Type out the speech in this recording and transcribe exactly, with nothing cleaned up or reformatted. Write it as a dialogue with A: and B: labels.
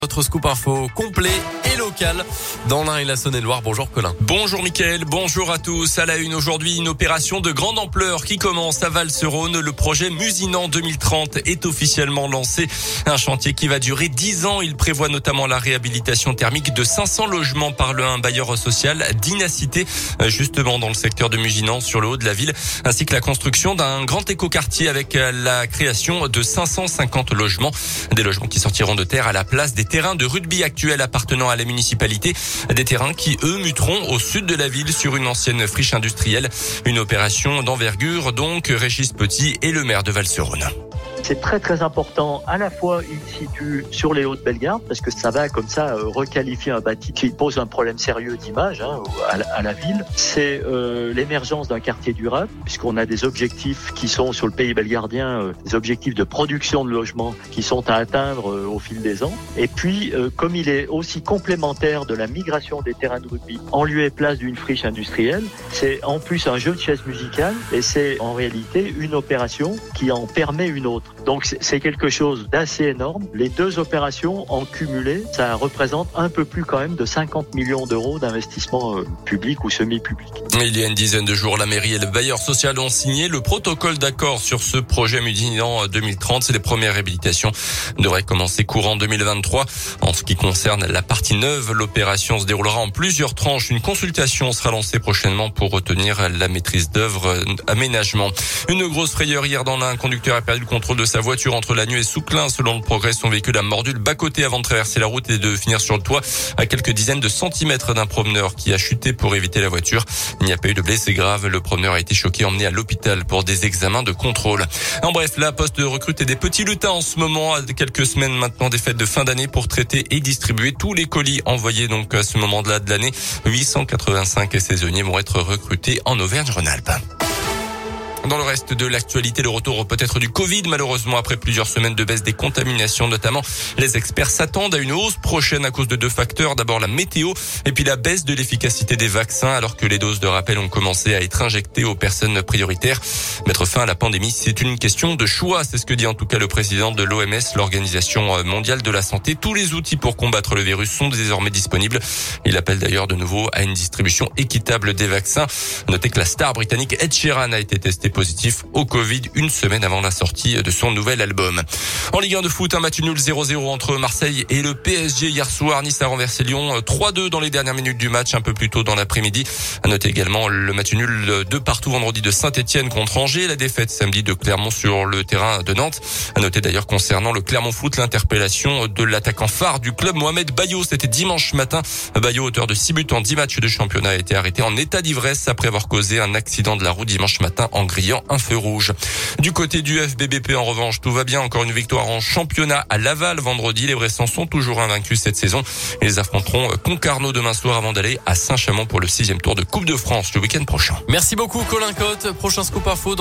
A: Votre scoop info complet et local dans l'Ain et la Saône-et-Loire. Bonjour Colin.
B: Bonjour Mickaël, bonjour à tous. À la une aujourd'hui, une opération de grande ampleur qui commence à Val-sur-Rhône. Le projet Musinant deux mille trente est officiellement lancé. Un chantier qui va durer dix ans. Il prévoit notamment la réhabilitation thermique de cinq cents logements par le un bailleur social d'Inacité, justement dans le secteur de Musinant sur le haut de la ville, ainsi que la construction d'un grand écoquartier avec la création de cinq cent cinquante logements. Des logements qui sortiront de terre à la place des terrains de rugby actuels appartenant à la municipalité. Des terrains qui, eux, muteront au sud de la ville sur une ancienne friche industrielle. Une opération d'envergure, donc. Régis Petit est le maire de Val-sur-Rhône.
C: C'est très très important, à la fois il situe sur les Hautes-Bellegardes, parce que ça va comme ça euh, requalifier un bâti qui pose un problème sérieux d'image hein, à, la, à la ville. C'est euh, l'émergence d'un quartier durable, puisqu'on a des objectifs qui sont sur le pays belgardien, euh, des objectifs de production de logements qui sont à atteindre euh, au fil des ans. Et puis, euh, comme il est aussi complémentaire de la migration des terrains de rugby en lieu et place d'une friche industrielle, c'est en plus un jeu de chaises musicales, et c'est en réalité une opération qui en permet une autre. Donc c'est quelque chose d'assez énorme. Les deux opérations en cumulé, ça représente un peu plus quand même de cinquante millions d'euros d'investissement euh, public ou semi-public.
B: Il y a une dizaine de jours, la mairie et le bailleur social ont signé le protocole d'accord sur ce projet Musinant deux mille trente. C'est les premières réhabilitations devraient commencer courant deux mille vingt-trois. En ce qui concerne la partie neuve, l'opération se déroulera en plusieurs tranches. Une consultation sera lancée prochainement pour retenir la maîtrise d'œuvre aménagement. Une grosse frayeur hier dans l'Ain. Un conducteur a perdu le contrôle de sa voiture entre Lannion et Souclin. Selon le Progrès, son véhicule a mordu le bas-côté avant de traverser la route et de finir sur le toit à quelques dizaines de centimètres d'un promeneur qui a chuté pour éviter la voiture. Il n'y a pas eu de blessés graves. Le promeneur a été choqué, emmené à l'hôpital pour des examens de contrôle. En bref, la Poste recrute des petits lutins en ce moment, à quelques semaines maintenant des fêtes de fin d'année, pour traiter et distribuer tous les colis envoyés donc à ce moment-là de l'année. huit cent quatre-vingt-cinq saisonniers vont être recrutés en Auvergne-Rhône-Alpes. Dans le reste de l'actualité, le retour peut-être du Covid. Malheureusement, après plusieurs semaines de baisse des contaminations notamment, les experts s'attendent à une hausse prochaine à cause de deux facteurs. D'abord la météo et puis la baisse de l'efficacité des vaccins, alors que les doses de rappel ont commencé à être injectées aux personnes prioritaires. Mettre fin à la pandémie, c'est une question de choix. C'est ce que dit en tout cas le président de l'O M S, l'Organisation mondiale de la santé. Tous les outils pour combattre le virus sont désormais disponibles. Il appelle d'ailleurs de nouveau à une distribution équitable des vaccins. Notez que la star britannique Ed Sheeran a été testé positif au Covid une semaine avant la sortie de son nouvel album. En Ligue un de foot, un match nul zéro zéro entre Marseille et le P S G hier soir. Nice a renversé Lyon trois deux dans les dernières minutes du match, un peu plus tôt dans l'après-midi. À noter également le match nul de partout vendredi de Saint-Etienne contre Angers, la défaite samedi de Clermont sur le terrain de Nantes. À noter d'ailleurs concernant le Clermont Foot, l'interpellation de l'attaquant phare du club, Mohamed Bayo. C'était dimanche matin. Bayo, auteur de six buts en dix matchs de championnat, a été arrêté en état d'ivresse après avoir causé un accident de la route dimanche matin en grillant un feu rouge. Du côté du F B B P, en revanche, tout va bien. Encore une victoire en championnat à Laval vendredi. Les Bressans sont toujours invaincus cette saison. Ils affronteront Concarneau demain soir avant d'aller à Saint-Chamond pour le sixième tour de Coupe de France le week-end prochain.
A: Merci beaucoup Colin Cotte. Prochain scoop info.